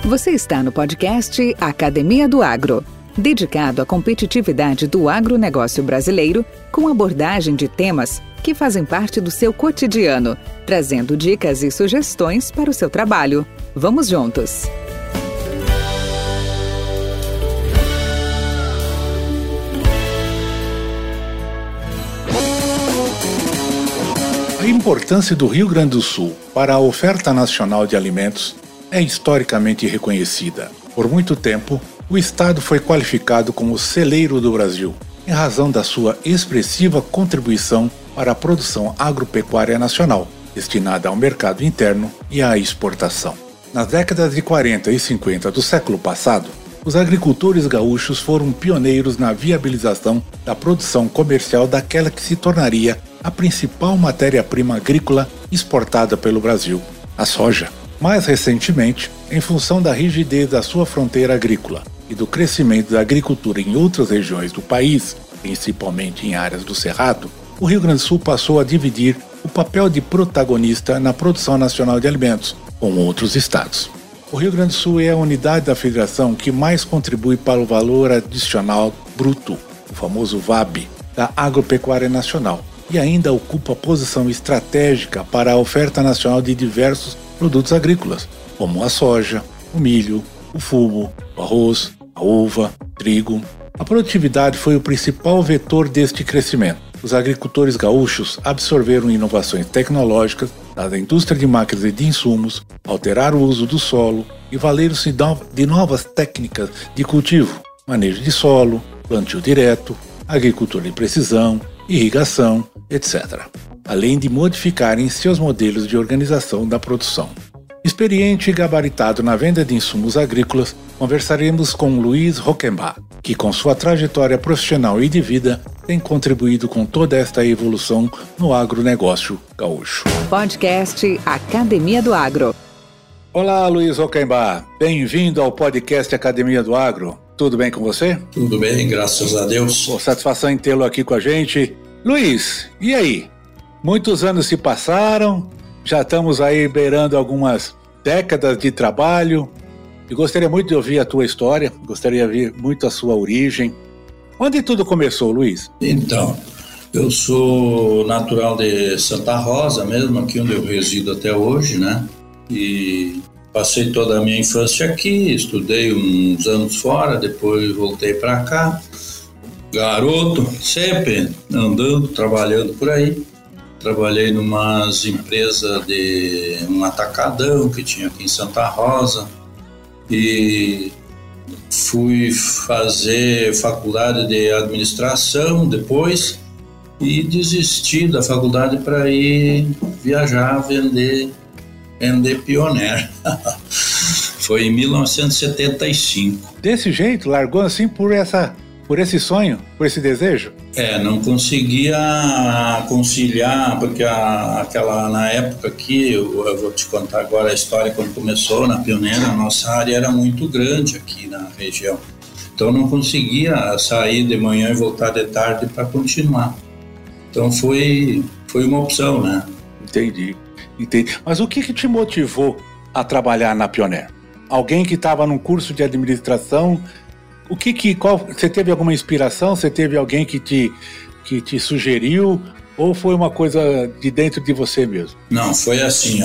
Você está no podcast Academia do Agro, dedicado à competitividade do agronegócio brasileiro, com abordagem de temas que fazem parte do seu cotidiano, trazendo dicas e sugestões para o seu trabalho. Vamos juntos! A importância do Rio Grande do Sul para a oferta nacional de alimentos é historicamente reconhecida. Por muito tempo, o estado foi qualificado como celeiro do Brasil, em razão da sua expressiva contribuição para a produção agropecuária nacional, destinada ao mercado interno e à exportação. Nas décadas de 40 e 50 do século passado, os agricultores gaúchos foram pioneiros na viabilização da produção comercial daquela que se tornaria a principal matéria-prima agrícola exportada pelo Brasil, a soja. Mais recentemente, em função da rigidez da sua fronteira agrícola e do crescimento da agricultura em outras regiões do país, principalmente em áreas do Cerrado, o Rio Grande do Sul passou a dividir o papel de protagonista na produção nacional de alimentos com outros estados. O Rio Grande do Sul é a unidade da federação que mais contribui para o valor adicional bruto, o famoso VAB, da agropecuária nacional, e ainda ocupa posição estratégica para a oferta nacional de diversos produtos agrícolas, como a soja, o milho, o fumo, o arroz, a uva, o trigo. A produtividade foi o principal vetor deste crescimento. Os agricultores gaúchos absorveram inovações tecnológicas da indústria de máquinas e de insumos, alteraram o uso do solo e valeram-se de novas técnicas de cultivo, manejo de solo, plantio direto, agricultura de precisão, irrigação, etc., além de modificarem seus modelos de organização da produção. Experiente e gabaritado na venda de insumos agrícolas, conversaremos com Luiz Rockenbach, que com sua trajetória profissional e de vida tem contribuído com toda esta evolução no agronegócio gaúcho. Podcast Academia do Agro. Olá, Luiz Rockenbach. Bem-vindo ao podcast Academia do Agro. Tudo bem com você? Tudo bem, graças a Deus. Satisfação em tê-lo aqui com a gente. Luiz, e aí? Muitos anos se passaram, já estamos aí beirando algumas décadas de trabalho. E gostaria muito de ouvir a tua história, gostaria de ouvir muito a sua origem. Onde tudo começou, Luiz? Então, eu sou natural de Santa Rosa mesmo, aqui onde eu resido até hoje, né? E passei toda a minha infância aqui, estudei uns anos fora, depois voltei para cá. Garoto, sempre andando, trabalhando por aí. Trabalhei numas empresas de um atacadão que tinha aqui em Santa Rosa e fui fazer faculdade de administração depois e desisti da faculdade para ir viajar, vender Pioneer. Foi em 1975. Desse jeito, largou assim por esse sonho, por esse desejo? Não conseguia conciliar, porque na época aqui, eu vou te contar agora a história quando começou na Pioneer, a nossa área era muito grande aqui na região. Então não conseguia sair de manhã e voltar de tarde para continuar. Então foi uma opção, né? Entendi. Mas o que te motivou a trabalhar na Pioneer? Alguém que estava num curso de administração? Você teve alguma inspiração? Você teve alguém que te sugeriu? Ou foi uma coisa de dentro de você mesmo? Não, foi assim,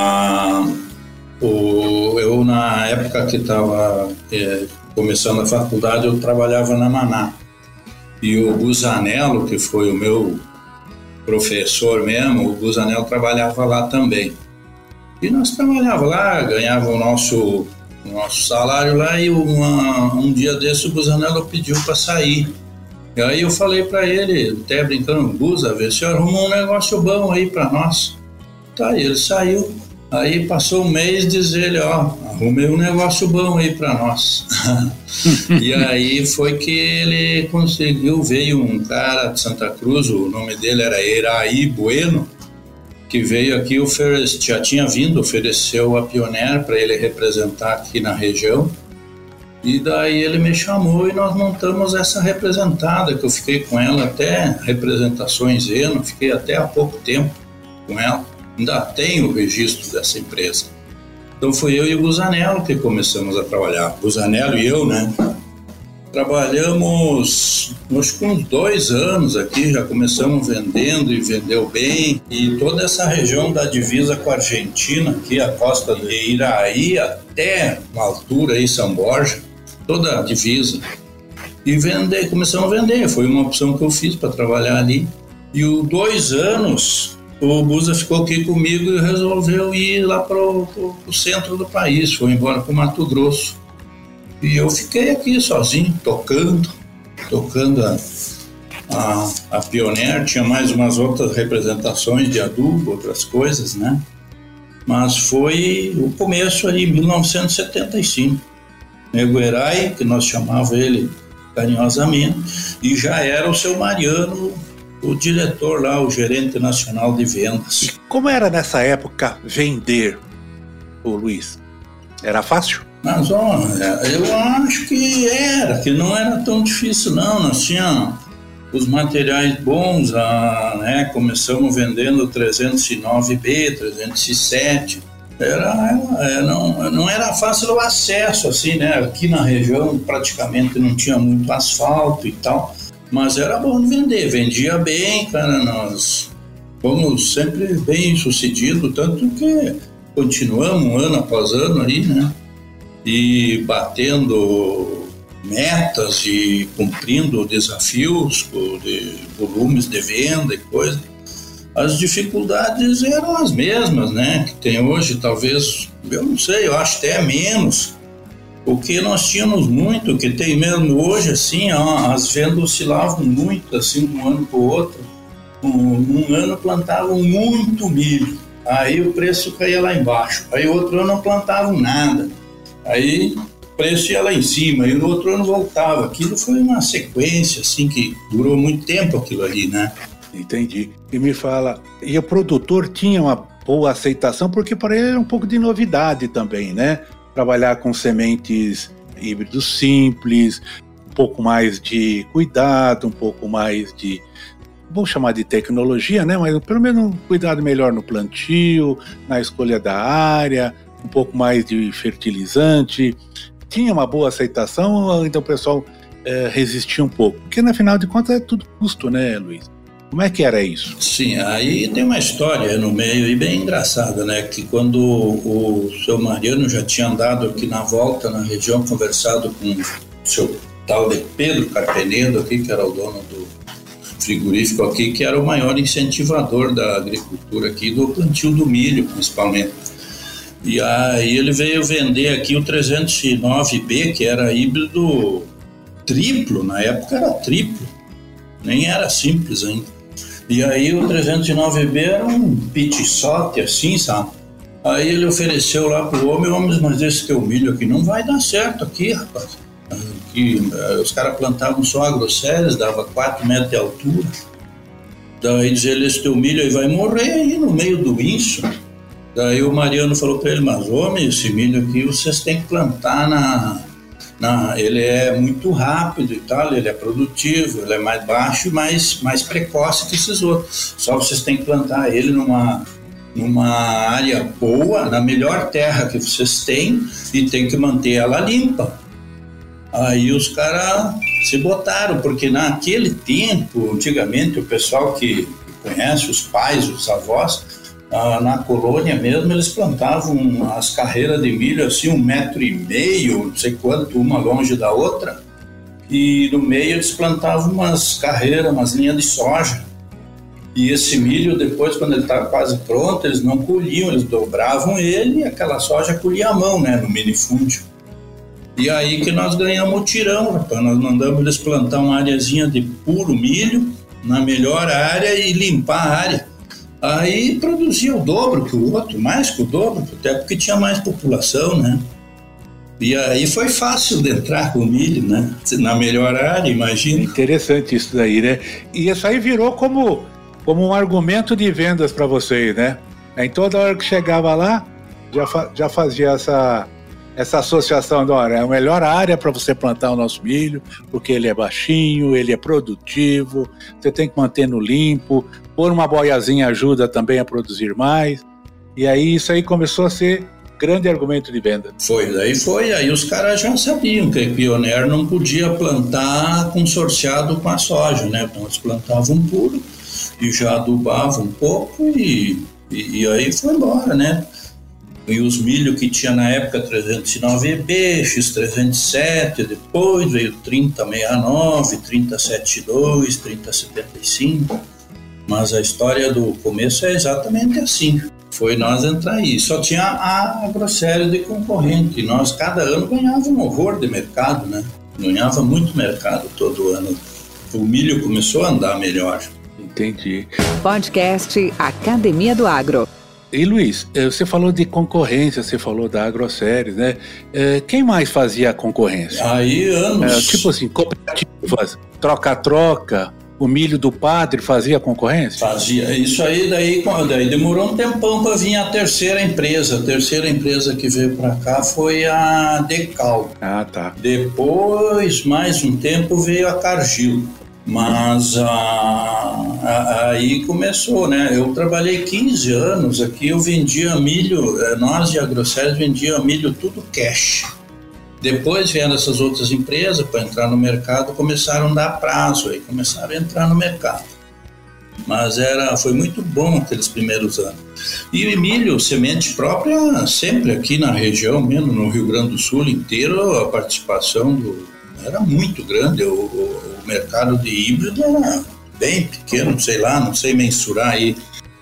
eu na época que estava começando a faculdade, eu trabalhava na Maná. E o Busanello, que foi o meu professor mesmo, o Busanello trabalhava lá também. E nós trabalhávamos lá, ganhava o nosso salário lá, e um dia desse o Busanello pediu para sair. E aí eu falei para ele, até brincando, Busa, vê se arrumou um negócio bom aí para nós. Tá, e ele saiu. Aí passou um mês, diz ele, arrumei um negócio bom aí para nós. E aí foi que ele conseguiu, veio um cara de Santa Cruz, o nome dele era Eraí Bueno, que veio aqui, já tinha vindo, ofereceu a Pioneer para ele representar aqui na região. E daí ele me chamou e nós montamos essa representada, que eu fiquei com ela até representações Eno, fiquei até há pouco tempo com ela. Ainda tenho o registro dessa empresa. Então foi eu e o Busanello que começamos a trabalhar. Busanello e eu, né? Trabalhamos, acho que uns 2 anos aqui, já começamos vendendo e vendeu bem. E toda essa região da divisa com a Argentina, aqui a costa de Iraí até uma altura aí, São Borja, toda a divisa. E começamos a vender, foi uma opção que eu fiz para trabalhar ali. E os 2 anos, o Busa ficou aqui comigo e resolveu ir lá para o centro do país, foi embora para o Mato Grosso. E eu fiquei aqui sozinho, tocando a Pioneer, tinha mais umas outras representações de adubo, outras coisas, né? Mas foi o começo ali, 1975. Nego Herai, que nós chamávamos ele carinhosamente, e já era o seu Mariano, o diretor lá, o gerente nacional de vendas. E como era nessa época vender, ô Luiz? Era fácil? Mas olha, eu acho que não era tão difícil não, nós tínhamos os materiais bons, né? Começamos vendendo 309B, 307, não era fácil o acesso, assim, né? Aqui na região praticamente não tinha muito asfalto e tal, mas era bom vender, vendia bem, cara, nós fomos sempre bem sucedidos, tanto que continuamos ano após ano aí, né? E batendo metas e cumprindo desafios de volumes de venda e coisa. As dificuldades eram as mesmas, né, que tem hoje, talvez, eu não sei, eu acho até menos, porque nós tínhamos muito, que tem mesmo hoje, assim, as vendas oscilavam muito, assim, de um ano para o outro. Um ano plantavam muito milho, aí o preço caía lá embaixo, aí outro ano não plantavam nada. Aí o preço ia lá em cima, e no outro ano voltava. Aquilo foi uma sequência, assim, que durou muito tempo aquilo ali, né? Entendi. E me fala, e o produtor tinha uma boa aceitação, porque para ele era um pouco de novidade também, né? Trabalhar com sementes híbridos simples, um pouco mais de cuidado, um pouco mais de, vou chamar de tecnologia, né? Mas pelo menos um cuidado melhor no plantio, na escolha da área, um pouco mais de fertilizante. Tinha uma boa aceitação ou ainda o pessoal resistia um pouco? Porque, na final de contas, é tudo custo, né, Luiz? Como é que era isso? Sim, aí tem uma história no meio e bem engraçada, né? Que quando o seu Mariano já tinha andado aqui na volta, na região, conversado com o seu tal de Pedro Carpenedo aqui, que era o dono do frigorífico aqui, que era o maior incentivador da agricultura aqui, do plantio do milho, principalmente. E aí ele veio vender aqui o 309B, que era híbrido triplo, na época era triplo, nem era simples ainda. E aí o 309B era um pitsote assim, sabe? Aí ele ofereceu lá pro homem, mas esse teu milho aqui não vai dar certo aqui, rapaz. Aqui, os caras plantavam só agrosséries, dava 4 metros de altura. Daí diz ele, esse teu milho aí vai morrer aí no meio do inso. Daí o Mariano falou para ele, mas homem, esse milho aqui vocês têm que plantar ele é muito rápido e tal, ele é produtivo, ele é mais baixo e mais precoce que esses outros. Só vocês têm que plantar ele numa área boa, na melhor terra que vocês têm, e tem que manter ela limpa. Aí os caras se botaram, porque naquele tempo, antigamente, o pessoal que conhece, os pais, os avós, na colônia mesmo, eles plantavam as carreiras de milho assim 1,5 metro, não sei quanto, uma longe da outra, e no meio eles plantavam umas carreiras, umas linhas de soja. E esse milho, depois, quando ele estava quase pronto, eles não colhiam, eles dobravam ele e aquela soja colhia à mão, né, no minifúndio. E aí que nós ganhamos o tirão, rapaz. Nós mandamos eles plantar uma areazinha de puro milho na melhor área e limpar a área. Aí produzia o dobro que o outro, mais que o dobro, até porque tinha mais população, né? E aí foi fácil de entrar com o milho, né? Na melhor área, imagina. Interessante isso daí, né? E isso aí virou como um argumento de vendas para vocês, né? Em toda hora que chegava lá, já fazia essa associação de, olha, é a melhor área para você plantar o nosso milho, porque ele é baixinho, ele é produtivo, você tem que manter no limpo, pôr uma boiazinha ajuda também a produzir mais. E aí isso aí começou a ser grande argumento de venda. Aí os caras já sabiam que a Pioneer não podia plantar consorciado com a soja, né? Então eles plantavam puro e já adubavam um pouco e aí foi embora, né? E os milho que tinha na época 309EB, X307, depois veio 3069, 3072, 3075. Mas a história do começo é exatamente assim. Foi nós entrar aí. Só tinha a Agroséries de concorrente. E nós, cada ano, ganhava um horror de mercado, né? Ganhava muito mercado todo ano. O milho começou a andar melhor. Entendi. Podcast Academia do Agro. E Luiz, você falou de concorrência, você falou da Agroséries, né? Quem mais fazia concorrência? Aí anos. Tipo assim, cooperativas, troca-troca, o milho do padre fazia concorrência? Fazia. Isso aí, daí demorou um tempão para vir a terceira empresa. A terceira empresa que veio para cá foi a Decal. Ah, tá. Depois, mais um tempo, veio a Cargill. Mas aí começou, né? Eu trabalhei 15 anos aqui, eu vendia milho, nós de Agroséries vendia milho tudo cash. Depois vieram essas outras empresas para entrar no mercado, começaram a dar prazo, aí começaram a entrar no mercado. Mas foi muito bom aqueles primeiros anos. E milho, semente própria, sempre aqui na região, mesmo no Rio Grande do Sul inteiro, a participação era muito grande. O mercado de híbrido era bem pequeno, não sei mensurar aí,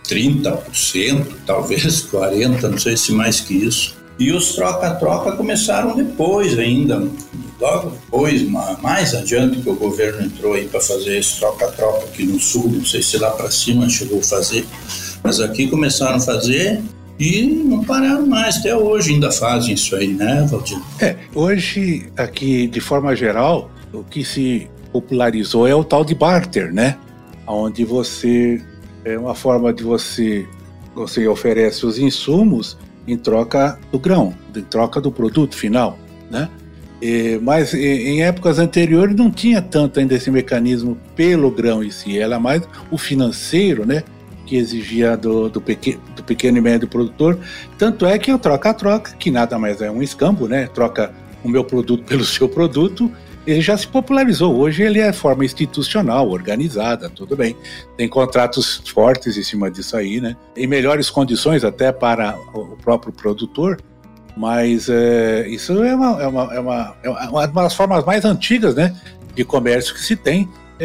30%, talvez 40%, não sei se mais que isso. E os troca-troca começaram depois ainda, logo depois, mais adiante que o governo entrou aí para fazer esse troca-troca aqui no sul, não sei se lá para cima chegou a fazer, mas aqui começaram a fazer e não pararam mais, até hoje ainda fazem isso aí, né, Valdir? Hoje, aqui, de forma geral, o que se popularizou é o tal de barter, né? Onde é uma forma de você oferece os insumos em troca do grão, em troca do produto final, né? Mas em épocas anteriores não tinha tanto ainda esse mecanismo pelo grão em si, era mais o financeiro, né? Que exigia do pequeno e médio produtor. Tanto é que o troca-troca, que nada mais é um escambo, né? Troca o meu produto pelo seu produto, ele já se popularizou. Hoje ele é forma institucional, organizada, tudo bem. Tem contratos fortes em cima disso aí, né? Em melhores condições até para o próprio produtor, mas isso é uma das formas mais antigas, né, de comércio que se tem,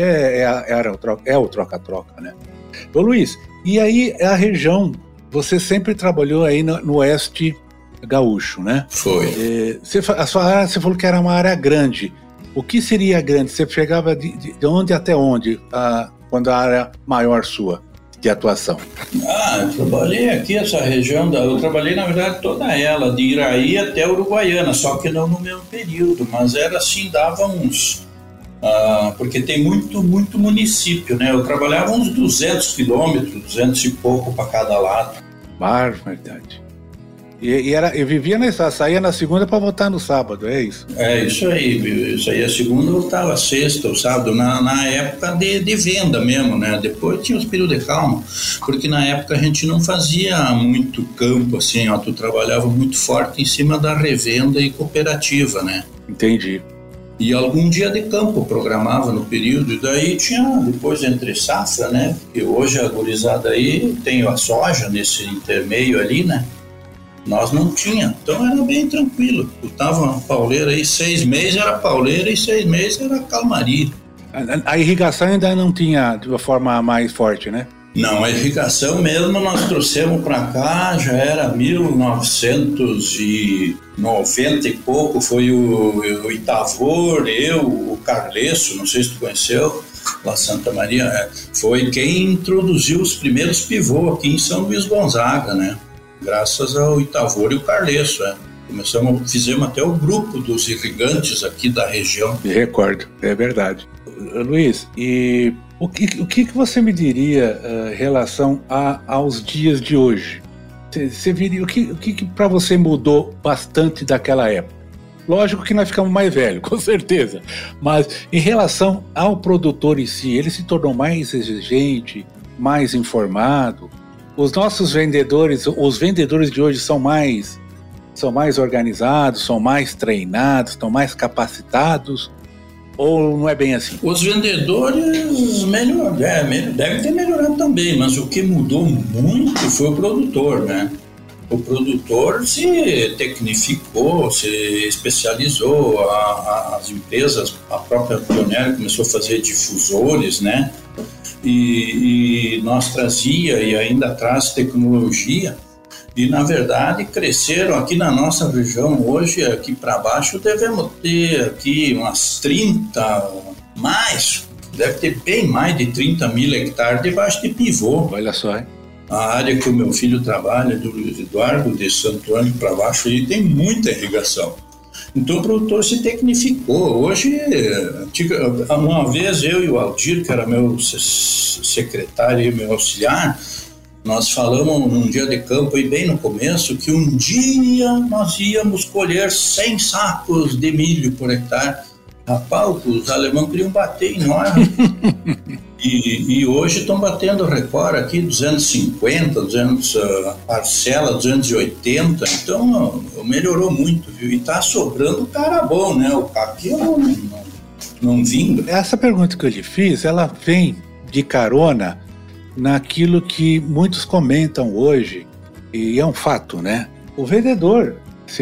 é o troca-troca, né? Ô Luiz, e aí a região, você sempre trabalhou aí no oeste gaúcho, né? Foi. A sua área, você falou que era uma área grande. O que seria grande? Você chegava de onde até onde, quando a área maior sua de atuação? Eu trabalhei aqui, essa região, eu trabalhei na verdade toda ela, de Iraí até Uruguaiana, só que não no mesmo período, mas era assim, dava uns... porque tem muito município, né? Eu trabalhava uns 200 quilômetros, 200 e pouco para cada lado. Verdade. Eu vivia saía na segunda para voltar no sábado, é isso? É isso aí, a segunda, voltava a sexta, o sábado, na época de venda mesmo, né? Depois tinha os períodos de calma, porque na época a gente não fazia muito campo, assim, tu trabalhava muito forte em cima da revenda e cooperativa, né? Entendi. E algum dia de campo programava no período, e daí tinha depois entre safra, né? Porque hoje a gurizada aí tem a soja nesse intermeio ali, né? Nós não tinha, então era bem tranquilo. Eu tava uma pauleira aí, 6 meses era pauleira e 6 meses era calmaria. A irrigação ainda não tinha de uma forma mais forte, né? Não, a irrigação mesmo nós trouxemos para cá, já era 1990 e pouco, foi o Itavor, o Carlesso, não sei se tu conheceu, lá Santa Maria, foi quem introduziu os primeiros pivô aqui em São Luís Gonzaga, né? Graças ao Itavor e o Carlesso, fizemos até o grupo dos irrigantes aqui da região. Me recordo, é verdade. Luiz, e o que você me diria em relação aos dias de hoje? Você viria, o que para você mudou bastante daquela época? Lógico que nós ficamos mais velhos, com certeza, mas em relação ao produtor em si, ele se tornou mais exigente, mais informado? Os nossos vendedores, os vendedores de hoje são mais são mais organizados, são mais treinados, estão mais capacitados? Ou não é bem assim? Os vendedores devem ter melhorado também, mas o que mudou muito foi o produtor, né? O produtor se tecnificou, se especializou, as empresas, a própria Pioneer começou a fazer difusores, né? E nós trazia e ainda traz tecnologia. E, na verdade, cresceram aqui na nossa região. Hoje, aqui para baixo, devemos ter aqui umas 30, deve ter bem mais de 30 mil hectares debaixo de pivô. Olha só, hein? A área que o meu filho trabalha, do Luiz Eduardo, de Santo Ângelo para baixo, aí tem muita irrigação. Então, o produtor se tecnificou. Hoje, uma vez eu e o Aldir, que era meu secretário e meu auxiliar, nós falamos num dia de campo, e bem no começo, que um dia nós íamos colher 100 sacos de milho por hectare. Rapaz, os alemães queriam bater em nós. E hoje estão batendo recorde aqui, 250, 200 parcela, 280. Então, melhorou muito, viu? E está sobrando cara bom, né? O caqui não vinga. Essa pergunta que eu lhe fiz, ela vem de carona naquilo que muitos comentam hoje, e é um fato, né? O vendedor, se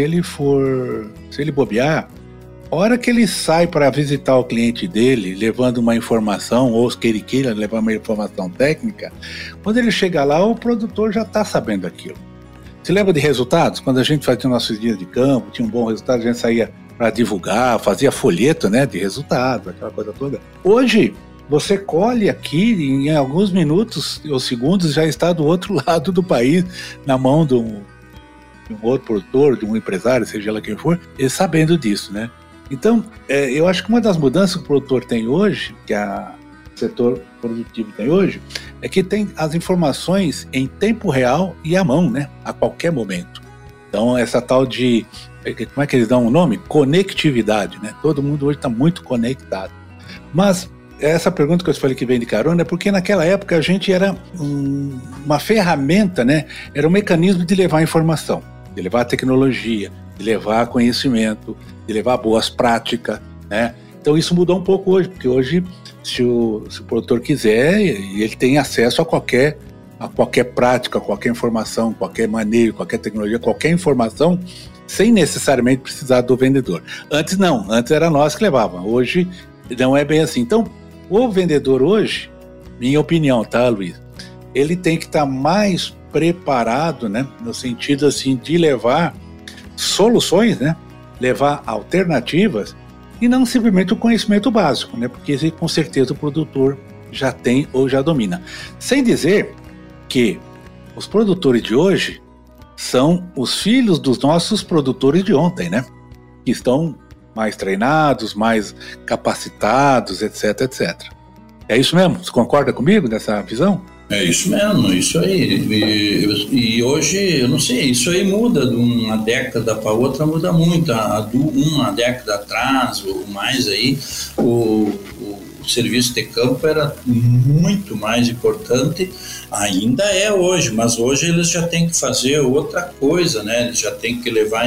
ele bobear, a hora que ele sai para visitar o cliente dele, levando uma informação, ou que ele queira levar uma informação técnica, quando ele chega lá, o produtor já está sabendo aquilo. Você lembra de resultados? Quando a gente fazia nossos dias de campo, tinha um bom resultado, a gente saía para divulgar, fazia folheto, né, de resultados, aquela coisa toda. Hoje, você colhe aqui, em alguns minutos ou segundos, já está do outro lado do país, na mão de um outro produtor, de um empresário, seja lá quem for, ele sabendo disso, né? Então, eu acho que uma das mudanças que o produtor tem hoje, que o setor produtivo tem hoje, é que tem as informações em tempo real e à mão, né? A qualquer momento. Então, essa tal de, como é que eles dão o nome? Conectividade, né? Todo mundo hoje está muito conectado. Mas essa pergunta que eu te falei que vem de carona é porque naquela época a gente era uma ferramenta, né? Era um mecanismo de levar informação, de levar tecnologia, de levar conhecimento, de levar boas práticas, né? Então isso mudou um pouco hoje, porque hoje se o produtor quiser, ele tem acesso a qualquer prática, a qualquer informação, qualquer manejo, qualquer tecnologia, qualquer informação, sem necessariamente precisar do vendedor. Antes não, antes era nós que levávamos, hoje não é bem assim. Então o vendedor hoje, minha opinião, tá, Luiz? Ele tem que estar mais preparado, né? No sentido assim de levar soluções, né? Levar alternativas e não simplesmente o conhecimento básico, né? Porque com certeza o produtor já tem ou já domina. Sem dizer que os produtores de hoje são os filhos dos nossos produtores de ontem, né? Que estão mais treinados, mais capacitados, etc, etc. É isso mesmo? Você concorda comigo nessa visão? É isso mesmo, isso aí. E hoje, eu não sei, isso aí muda de uma década para outra, muda muito. Uma década atrás, ou mais aí, o serviço de campo era muito mais importante, ainda é hoje, mas hoje eles já têm que fazer outra coisa, né? Eles já têm que levar,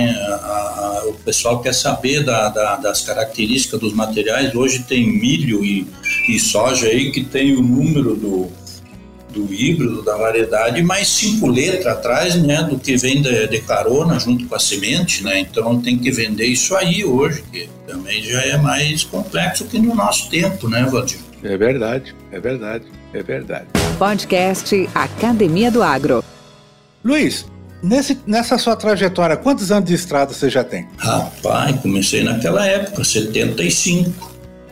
o pessoal quer saber das características dos materiais. Hoje tem milho e soja aí que tem o número do híbrido, da variedade, mais 5 letras atrás, né, do que vem de carona junto com a semente, né? Então tem que vender isso aí hoje, que também já é mais complexo que no nosso tempo, né, Valdir? É verdade, é verdade, é verdade. Podcast Academia do Agro. Luiz, nessa sua trajetória, quantos anos de estrada você já tem? Rapaz, comecei naquela época, 75.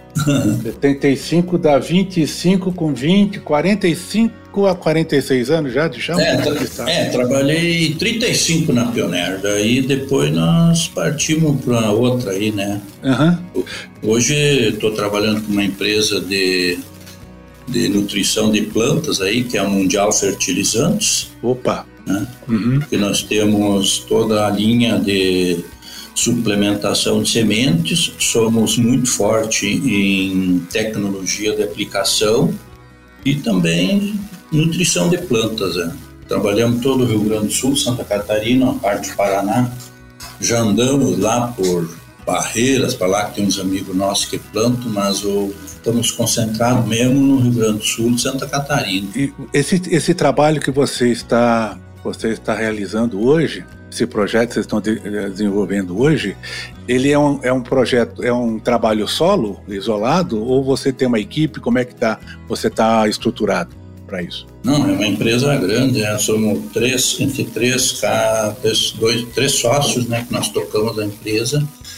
75 dá 25 com 20, 45 a 46 anos já de chão? Trabalhei 35 na Pioneer, daí depois nós partimos para outra aí, né? Uhum. Hoje estou trabalhando com uma empresa de nutrição de plantas aí, que é a Mundial Fertilizantes. Opa! Né? Uhum. Que nós temos toda a linha de suplementação de sementes, somos muito fortes em tecnologia de aplicação e também nutrição de plantas. Trabalhamos todo o Rio Grande do Sul, Santa Catarina, a parte do Paraná, Já andamos lá por Barreiras, para lá que tem uns amigos nossos que plantam, mas estamos concentrados mesmo no Rio Grande do Sul e Santa Catarina. E esse trabalho que você está realizando hoje, esse projeto que vocês estão desenvolvendo hoje, ele é um projeto, é um trabalho solo, isolado, ou você tem uma equipe? Como é que você está estruturado para isso? Não, é uma empresa grande, somos três sócios, né, que nós tocamos a empresa,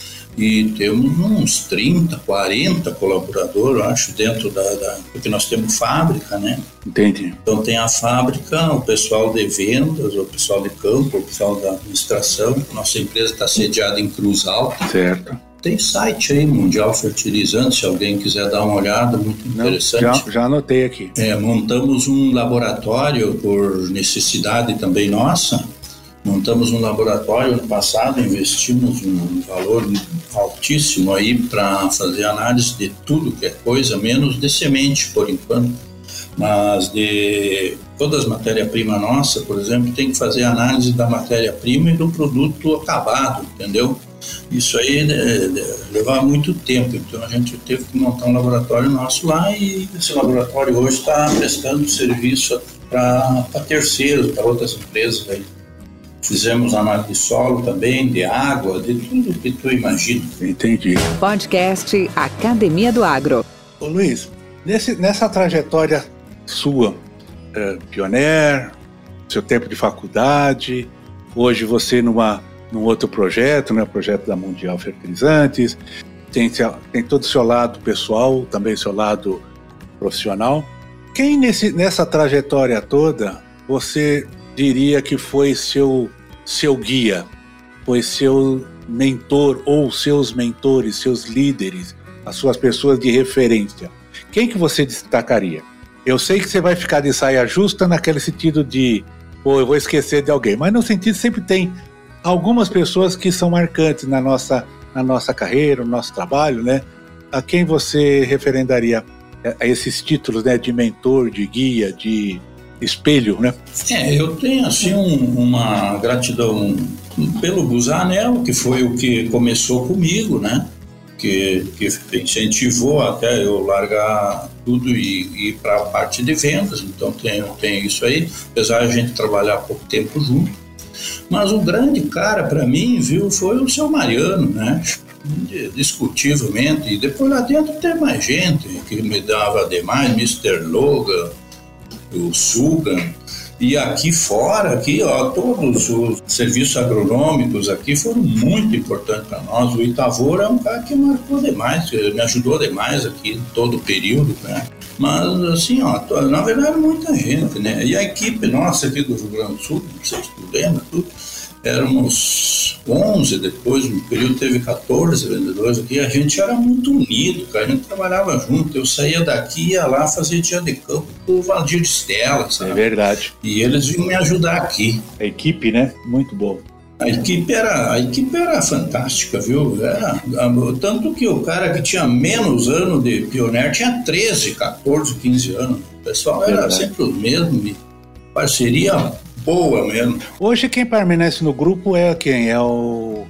e temos uns 30, 40 colaboradores, eu acho, dentro porque nós temos fábrica, né? Entendi. Então tem a fábrica, o pessoal de vendas, o pessoal de campo, o pessoal da administração. Nossa empresa está sediada em Cruz Alta. Certo. Tem site aí, Mundial Fertilizante, se alguém quiser dar uma olhada, muito interessante. Já anotei aqui. Montamos um laboratório por necessidade também nossa. Montamos um laboratório ano passado, investimos um valor altíssimo aí para fazer análise de tudo que é coisa, menos de semente por enquanto. Mas de todas as matérias-primas nossas, por exemplo, tem que fazer análise da matéria-prima e do produto acabado, entendeu? Isso aí leva muito tempo, então a gente teve que montar um laboratório nosso lá, e esse laboratório hoje está prestando serviço para terceiros, para outras empresas aí. Fizemos análise de solo também, de água, de tudo que tu imagina. Entendi. Podcast Academia do Agro. Ô Luiz, nessa trajetória sua, pioneiro, seu tempo de faculdade, hoje você num outro projeto, né, o projeto da Mundial Fertilizantes, tem todo o seu lado pessoal, também o seu lado profissional. Quem nessa trajetória toda você diria que foi seu guia, foi seu mentor ou seus mentores, seus líderes, as suas pessoas de referência? Quem que você destacaria? Eu sei que você vai ficar de saia justa naquele sentido de, eu vou esquecer de alguém, mas no sentido sempre tem algumas pessoas que são marcantes na nossa carreira, no nosso trabalho, né? A quem você referendaria a esses títulos, né, de mentor, de guia, de espelho, né? Eu tenho assim uma gratidão pelo Busanello, que foi o que começou comigo, né? Que incentivou até eu largar tudo e ir para a parte de vendas. Então tem isso aí, apesar de a gente trabalhar pouco tempo junto. Mas o grande cara para mim, viu, foi o seu Mariano, né? Indiscutivelmente. E depois lá dentro tem mais gente que me dava demais, Mr. Logan, o Sugan, e aqui fora, todos os serviços agronômicos aqui foram muito importantes para nós. O Itavor é um cara que marcou demais, me ajudou demais aqui em todo o período, né? Mas assim, na verdade muita gente, né? E a equipe nossa aqui do Rio Grande do Sul, não sei se tu lembra, éramos 11, depois no período teve 14 vendedores aqui, a gente era muito unido, cara, a gente trabalhava junto, eu saía daqui, ia lá fazer dia de campo pro Valdir de Stella, sabe? É verdade. E eles vinham me ajudar aqui. A equipe, né? Muito bom. A equipe era fantástica, viu? Tanto que o cara que tinha menos anos de pioneiro tinha 13, 14, 15 anos. O pessoal era sempre o mesmo, parceria boa mesmo. Hoje quem permanece no grupo é quem? É o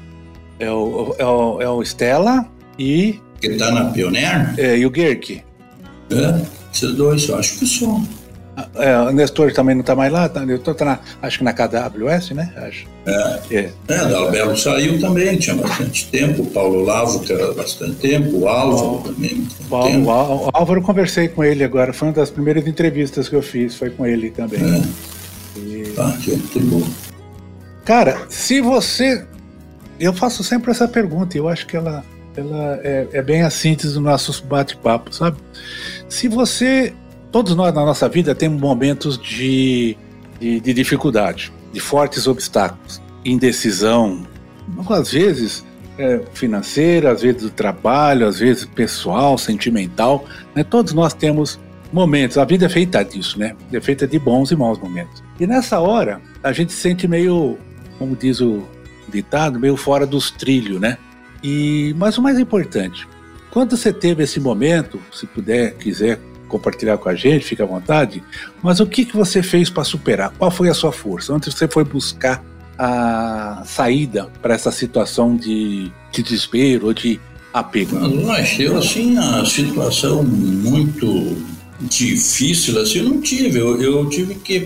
Stella e... Que tá na Pioneer? E o Gerke. Esses dois, eu acho que são. O Nestor também não tá mais lá, acho que na KWS, né? Acho. Dalbelo saiu também, tinha bastante tempo. O Paulo Lavo, que era bastante tempo. O Álvaro também. O Álvaro, eu conversei com ele agora, foi uma das primeiras entrevistas que eu fiz, foi com ele também. Que é muito bom. Cara, se você... Eu faço sempre essa pergunta, e eu acho que ela é bem a síntese do nosso bate-papo, sabe? Se você... Todos nós na nossa vida temos momentos de dificuldade, de fortes obstáculos, indecisão, às vezes financeira, às vezes do trabalho, às vezes pessoal, sentimental, né? Todos nós temos momentos, a vida é feita disso, né? É feita de bons e maus momentos. E nessa hora, a gente se sente meio, como diz o ditado, meio fora dos trilhos, né? Mas o mais importante, quando você teve esse momento, se quiser compartilhar com a gente, fica à vontade, mas o que você fez para superar? Qual foi a sua força? Onde você foi buscar a saída para essa situação de desespero ou de apego? Eu achei assim a situação muito difícil, assim, eu não tive. Eu tive que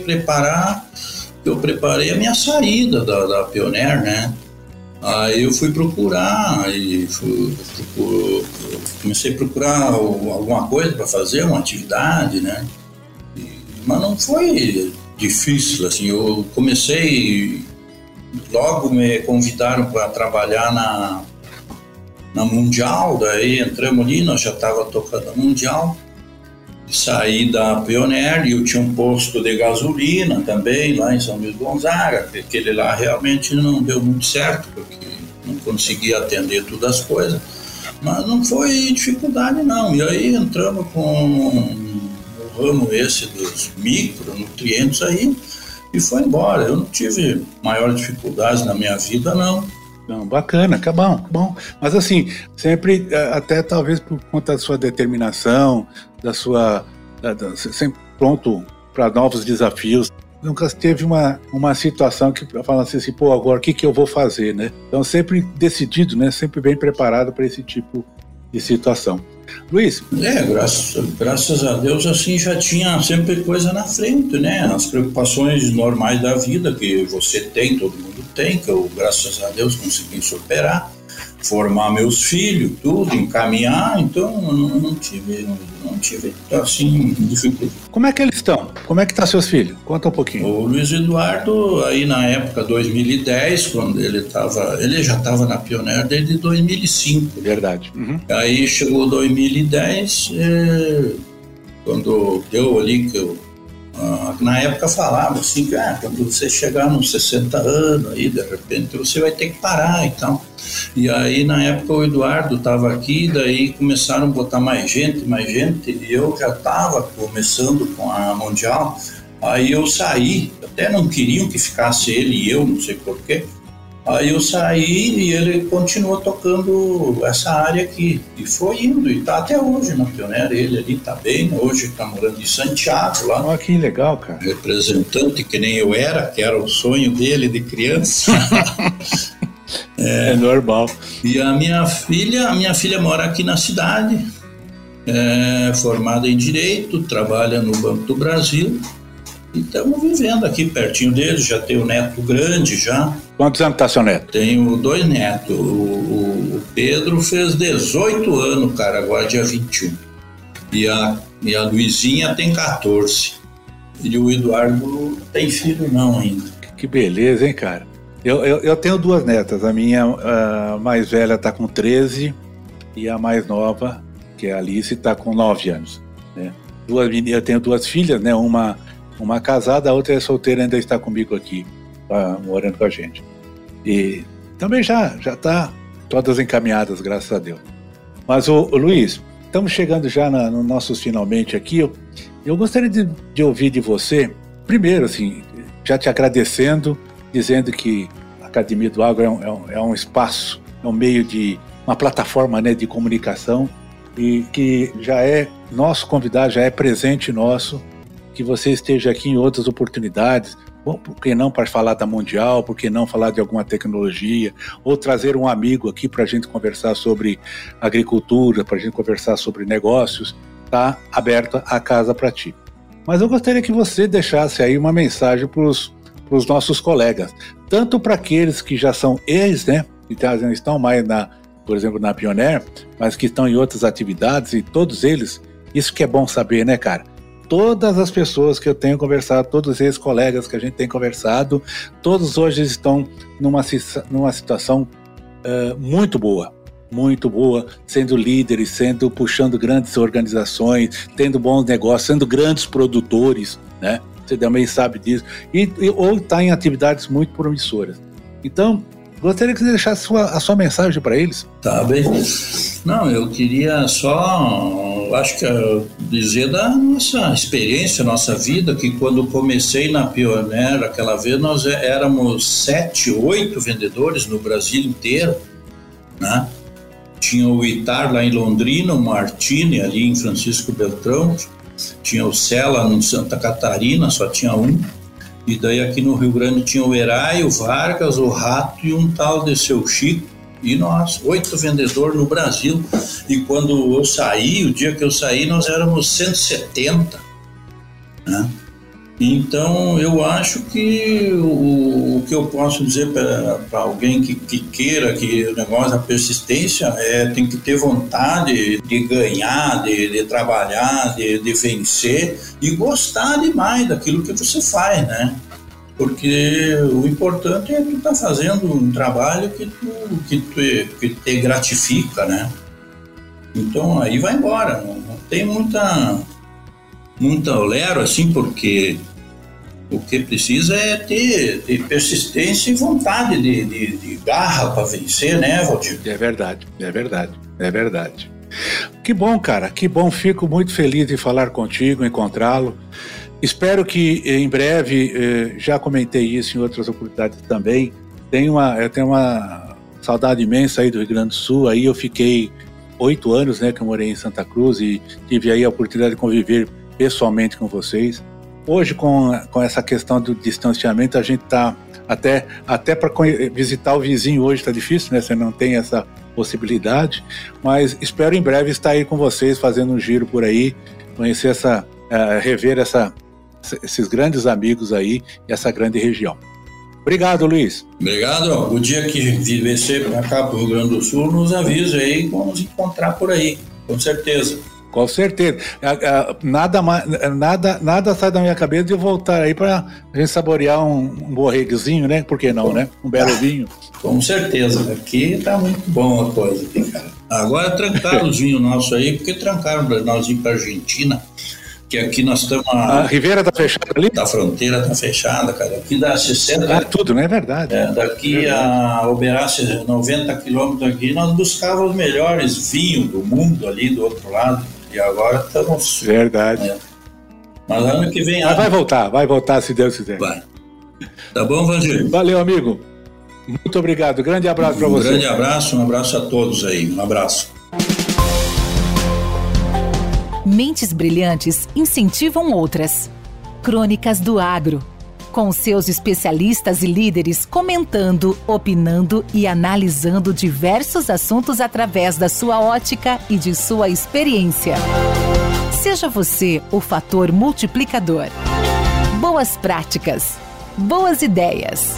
eu preparei a minha saída da Pioneer, né? Aí eu fui procurar comecei a procurar alguma coisa para fazer, uma atividade, né? Mas não foi difícil, assim, eu comecei, logo me convidaram para trabalhar na Mundial, daí entramos ali, nós já estava tocando a Mundial, saí da Pioneer e eu tinha um posto de gasolina também lá em São Luís Gonzaga, que aquele lá realmente não deu muito certo, porque não conseguia atender todas as coisas, mas não foi dificuldade não, e aí entramos com o ramo esse dos micronutrientes aí e foi embora. Eu não tive maior dificuldade na minha vida não. Não, bacana, que bom. Mas assim, sempre, até talvez por conta da sua determinação, sempre pronto para novos desafios, nunca teve uma situação que falasse assim, pô, agora o que eu vou fazer, né? Então sempre decidido, né? Sempre bem preparado para esse tipo de situação. Luiz? Graças a Deus, assim, já tinha sempre coisa na frente, né? As preocupações normais da vida que você tem, todo mundo tem, que eu, graças a Deus, consegui superar, formar meus filhos, tudo, encaminhar, então não tive assim, dificuldade. Como é que eles estão? Como é que estão seus filhos? Conta um pouquinho. O Luiz Eduardo, aí na época 2010, quando ele já estava na Pioneer desde 2005. Verdade. Uhum. Aí chegou 2010, quando deu ali que eu na época falava assim que quando você chegar nos 60 anos aí de repente você vai ter que parar e tal. E aí na época o Eduardo estava aqui, daí começaram a botar mais gente, e eu já estava começando com a Mundial. Aí eu saí, até não queriam que ficasse ele e eu, não sei porquê. Aí eu saí e ele continuou tocando essa área aqui. E foi indo, e tá até hoje na Pioneer. Ele ali tá bem, hoje tá morando em Santiago lá. Oh, que legal, cara. Representante que nem eu era, que era o sonho dele de criança. É normal. E a minha filha mora aqui na cidade, formada em Direito, trabalha no Banco do Brasil. E estamos vivendo aqui pertinho deles, já tenho um neto grande já. Quantos anos está seu neto? Tenho 2 netos. O Pedro fez 18 anos, cara, agora dia 21. E a Luizinha tem 14. E o Eduardo não tem filho não ainda. Que beleza, hein, cara? Eu tenho 2 netas. A minha mais velha está com 13 e a mais nova, que é a Alice, está com 9 anos. Né? Eu tenho 2 filhas, né? Uma casada, a outra é solteira, ainda está comigo aqui, tá morando com a gente. E também já está todas encaminhadas, graças a Deus. Mas, Luiz, estamos chegando já no nossos finalmente aqui. Eu gostaria de ouvir de você, primeiro, assim, já te agradecendo, dizendo que a Academia do Agro é um espaço, é um meio uma plataforma, né, de comunicação, e que já é nosso convidado, já é presente nosso, que você esteja aqui em outras oportunidades. Bom, por que não para falar da Mundial, por que não falar de alguma tecnologia, ou trazer um amigo aqui para a gente conversar sobre agricultura, para a gente conversar sobre negócios. Está aberta a casa para ti. Mas eu gostaria que você deixasse aí uma mensagem para os nossos colegas, tanto para aqueles que já são né, que não estão mais, por exemplo, na Pioneer, mas que estão em outras atividades, e todos eles, isso que é bom saber, né, cara? Todas as pessoas que eu tenho conversado, todos esses colegas que a gente tem conversado, todos hoje estão numa situação muito boa, sendo líderes, puxando grandes organizações, tendo bons negócios, sendo grandes produtores, né? Você também sabe disso, ou está em atividades muito promissoras. Então, gostaria que você deixasse a sua mensagem para eles. Tá bem. Não, eu queria só, acho que dizer da nossa experiência, nossa vida, que quando comecei na Pioneer, aquela vez nós éramos 7, 8 vendedores no Brasil inteiro, né? Tinha o Itar lá em Londrina, o Martini ali em Francisco Beltrão, tinha o Sela em Santa Catarina, só tinha um, E daí aqui no Rio Grande tinha o Herai, o Vargas, o Rato e um tal de Seu Chico. E nós, 8 vendedores no Brasil. E quando eu saí, o dia que eu saí, nós éramos 170, né? Então, eu acho que o que eu posso dizer para alguém que queira, que o negócio da persistência tem que ter vontade de ganhar, de trabalhar, de vencer e gostar demais daquilo que você faz, né? Porque o importante é tu estar fazendo um trabalho que te gratifica, né? Então, aí vai embora. Não tem muita olero, assim, porque o que precisa é ter persistência e vontade de garra para vencer, né, Valdir? É verdade. Que bom, cara, que bom. Fico muito feliz de falar contigo, encontrá-lo. Espero que em breve, já comentei isso em outras oportunidades também, eu tenho uma saudade imensa aí do Rio Grande do Sul. Aí eu fiquei 8 anos, né, que eu morei em Santa Cruz e tive aí a oportunidade de conviver pessoalmente com vocês. Hoje, com essa questão do distanciamento, a gente está até para visitar o vizinho hoje está difícil, né? Você não tem essa possibilidade, mas espero em breve estar aí com vocês, fazendo um giro por aí, conhecer rever esses grandes amigos aí e essa grande região. Obrigado, Luiz. Obrigado. O dia que você para cá, para o Rio Grande do Sul, nos avisa aí, vamos encontrar por aí, com certeza. Com certeza. Nada sai da minha cabeça de voltar aí para a gente saborear um borreguezinho, né? Por que não, né? Um belo vinho. Com certeza. Aqui tá muito bom a coisa, cara. Agora trancaram os vinhos nossos aí, porque trancaram para nós ir para Argentina, que aqui nós estamos... A Ribeira tá fechada ali? A fronteira tá fechada, cara. Aqui dá 60... tudo, não é verdade? Daqui a Uberlândia, 90 quilômetros aqui, nós buscávamos os melhores vinhos do mundo ali do outro lado. E agora estamos... Verdade. Mas ano que vem... Mas vai voltar se Deus quiser. Vai. Tá bom, Valdir? Valeu, amigo. Muito obrigado. Grande abraço para você. Grande abraço, um abraço a todos aí. Um abraço. Mentes brilhantes incentivam outras. Crônicas do Agro. Com seus especialistas e líderes comentando, opinando e analisando diversos assuntos através da sua ótica e de sua experiência. Seja você o fator multiplicador. Boas práticas. Boas ideias.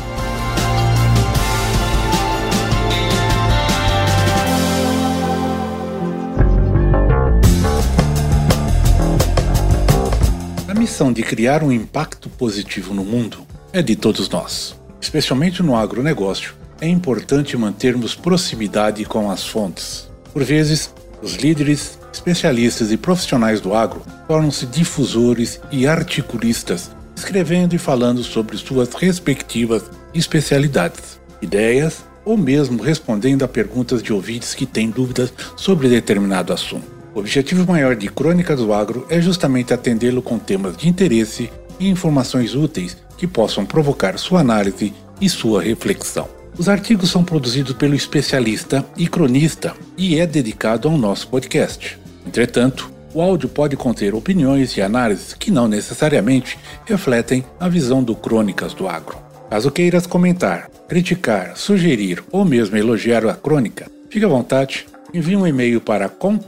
A missão de criar um impacto positivo no mundo é de todos nós. Especialmente no agronegócio, é importante mantermos proximidade com as fontes. Por vezes, os líderes, especialistas e profissionais do agro tornam-se difusores e articulistas, escrevendo e falando sobre suas respectivas especialidades, ideias ou mesmo respondendo a perguntas de ouvintes que têm dúvidas sobre determinado assunto. O objetivo maior de Crônicas do Agro é justamente atendê-lo com temas de interesse e informações úteis que possam provocar sua análise e sua reflexão. Os artigos são produzidos pelo especialista e cronista e é dedicado ao nosso podcast. Entretanto, o áudio pode conter opiniões e análises que não necessariamente refletem a visão do Crônicas do Agro. Caso queiras comentar, criticar, sugerir ou mesmo elogiar a crônica, fique à vontade. Envie um e-mail para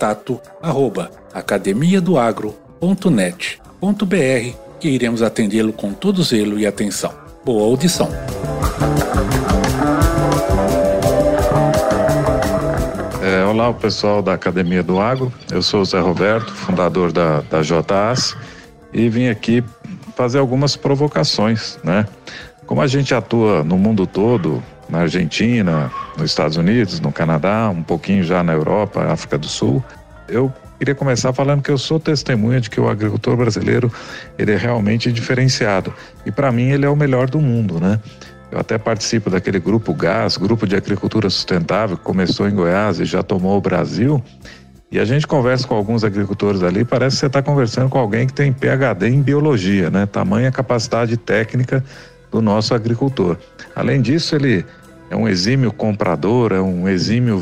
contato@academiadoagro.net.br que iremos atendê-lo com todo zelo e atenção. Boa audição! Olá, o pessoal da Academia do Agro. Eu sou o Zé Roberto, fundador da JAS, e vim aqui fazer algumas provocações, né? Como a gente atua no mundo todo, na Argentina, nos Estados Unidos, no Canadá, um pouquinho já na Europa, África do Sul, eu queria começar falando que eu sou testemunha de que o agricultor brasileiro, ele é realmente diferenciado. E para mim ele é o melhor do mundo, né? Eu até participo daquele grupo GAS, Grupo de Agricultura Sustentável, que começou em Goiás e já tomou o Brasil. E a gente conversa com alguns agricultores ali, parece que você está conversando com alguém que tem PhD em biologia, né? Tamanha capacidade técnica do nosso agricultor. Além disso, ele é um exímio comprador, é um exímio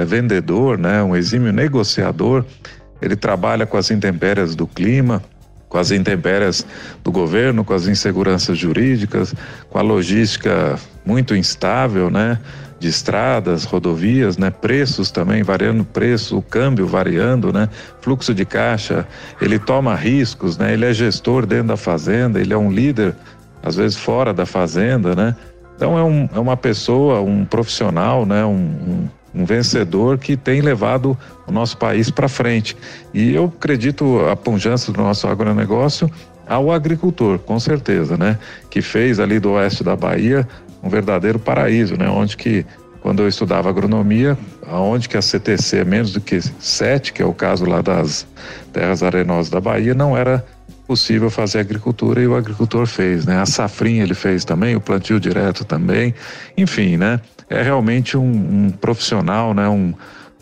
vendedor, né? Um exímio negociador. Ele trabalha com as intempéries do clima, com as intempéries do governo, com as inseguranças jurídicas, com a logística muito instável, né? De estradas, rodovias, né? Preços também, variando preço, o câmbio variando, né? Fluxo de caixa, ele toma riscos, né? Ele é gestor dentro da fazenda, ele é um líder, às vezes fora da fazenda, né? Então é uma pessoa, um profissional, né? Um vencedor que tem levado o nosso país para frente. E eu acredito a pujança do nosso agronegócio ao agricultor, com certeza, né? Que fez ali do oeste da Bahia um verdadeiro paraíso, né? Onde que, quando eu estudava agronomia, aonde que a CTC é menos do que 7, que é o caso lá das terras arenosas da Bahia, não era possível fazer agricultura e o agricultor fez, né? A safrinha ele fez também, o plantio direto também, enfim, né? É realmente um profissional, né? Um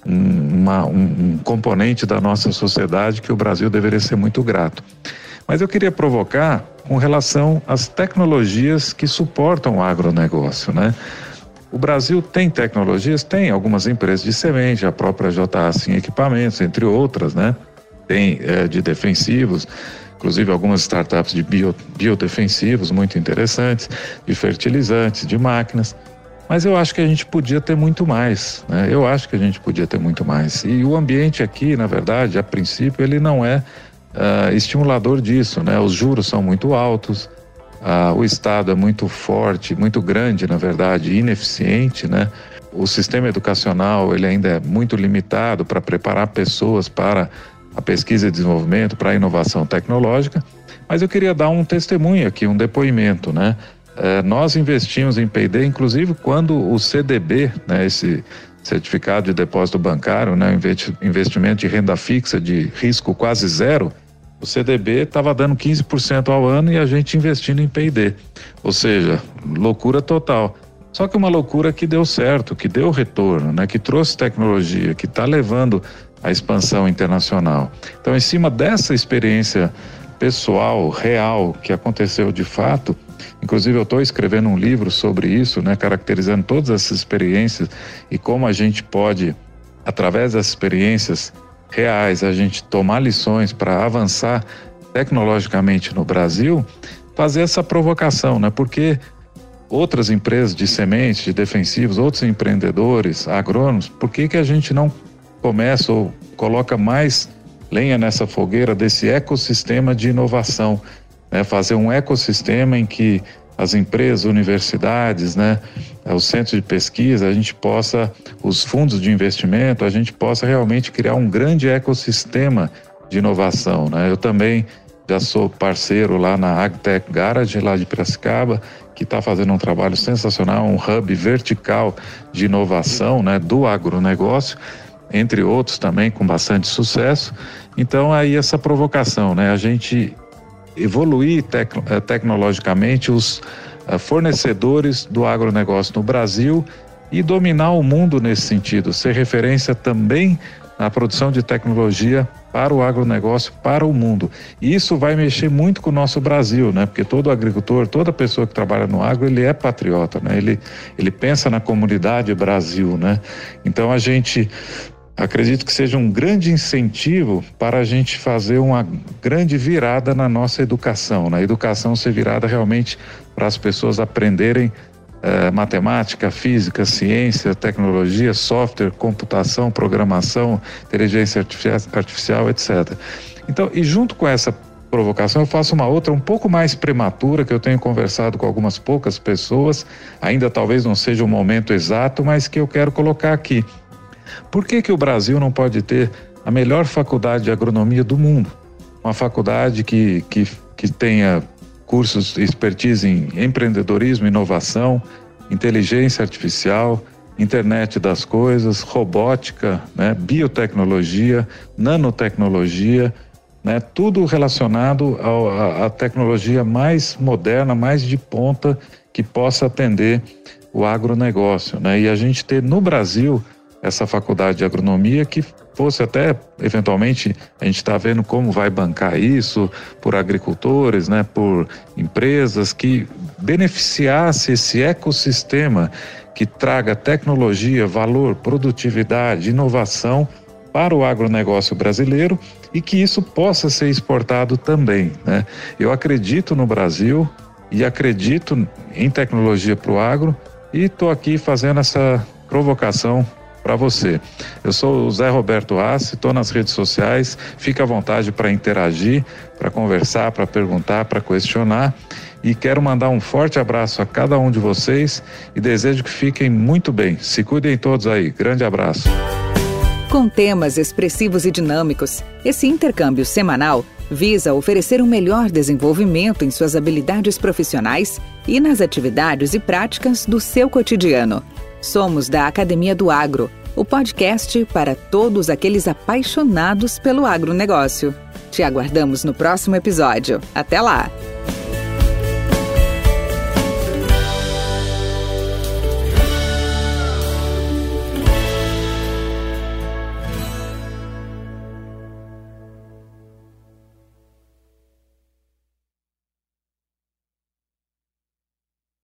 componente da nossa sociedade que o Brasil deveria ser muito grato. Mas eu queria provocar com relação às tecnologias que suportam o agronegócio, né? O Brasil tem tecnologias, tem algumas empresas de semente, a própria JAS em equipamentos, entre outras, né? Tem de defensivos, inclusive algumas startups de biodefensivos muito interessantes, de fertilizantes, de máquinas. Mas eu acho que a gente podia ter muito mais, né? Eu acho que a gente podia ter muito mais. E o ambiente aqui, na verdade, a princípio, ele não é estimulador disso, né? Os juros são muito altos, o Estado é muito forte, muito grande, na verdade, ineficiente, né? O sistema educacional, ele ainda é muito limitado para preparar pessoas para a pesquisa e desenvolvimento, para a inovação tecnológica. Mas eu queria dar um testemunho aqui, um depoimento, né? Nós investimos em P&D, inclusive quando o CDB, né, esse certificado de depósito bancário, né, investimento de renda fixa de risco quase zero, o CDB estava dando 15% ao ano e a gente investindo em P&D. Ou seja, loucura total. Só que uma loucura que deu certo, que deu retorno, né, que trouxe tecnologia, que está levando a expansão internacional. Então, em cima dessa experiência pessoal, real, que aconteceu de fato, inclusive eu estou escrevendo um livro sobre isso, né, caracterizando todas essas experiências e como a gente pode, através das experiências reais, a gente tomar lições para avançar tecnologicamente no Brasil, fazer essa provocação, né, porque outras empresas de sementes, de defensivos, outros empreendedores, agrônomos, por que a gente não começa ou coloca mais lenha nessa fogueira desse ecossistema de inovação, né? Fazer um ecossistema em que as empresas, universidades, né, os centros de pesquisa, a gente possa, os fundos de investimento, a gente possa realmente criar um grande ecossistema de inovação, né? Eu também já sou parceiro lá na AgTech Garage, lá de Piracicaba, que está fazendo um trabalho sensacional, um hub vertical de inovação, né, do agronegócio, entre outros também com bastante sucesso. Então aí essa provocação, né, a gente evoluir tecnologicamente os fornecedores do agronegócio no Brasil e dominar o mundo nesse sentido, ser referência também na produção de tecnologia para o agronegócio, para o mundo. E isso vai mexer muito com o nosso Brasil, né? Porque todo agricultor, toda pessoa que trabalha no agro, ele é patriota, né? Ele pensa na comunidade Brasil, né? Então acredito que seja um grande incentivo para a gente fazer uma grande virada na nossa educação, na educação ser virada realmente para as pessoas aprenderem matemática, física, ciência, tecnologia, software, computação, programação, inteligência artificial, etc. Então, e junto com essa provocação, eu faço uma outra um pouco mais prematura, que eu tenho conversado com algumas poucas pessoas, ainda talvez não seja o momento exato, mas que eu quero colocar aqui. Por que o Brasil não pode ter a melhor faculdade de agronomia do mundo? Uma faculdade que tenha cursos de expertise em empreendedorismo, inovação, inteligência artificial, internet das coisas, robótica, né, biotecnologia, nanotecnologia, né, tudo relacionado à tecnologia mais moderna, mais de ponta, que possa atender o agronegócio, né? E a gente ter no Brasil essa faculdade de agronomia que fosse até, eventualmente, a gente está vendo como vai bancar isso por agricultores, né, por empresas, que beneficiasse esse ecossistema que traga tecnologia, valor, produtividade, inovação para o agronegócio brasileiro e que isso possa ser exportado também, né? Eu acredito no Brasil e acredito em tecnologia para o agro e estou aqui fazendo essa provocação para você. Eu sou o Zé Roberto Assi, estou nas redes sociais, fica à vontade para interagir, para conversar, para perguntar, para questionar e quero mandar um forte abraço a cada um de vocês e desejo que fiquem muito bem. Se cuidem todos aí. Grande abraço. Com temas expressivos e dinâmicos, esse intercâmbio semanal visa oferecer um melhor desenvolvimento em suas habilidades profissionais e nas atividades e práticas do seu cotidiano. Somos da Academia do Agro, o podcast para todos aqueles apaixonados pelo agronegócio. Te aguardamos no próximo episódio. Até lá!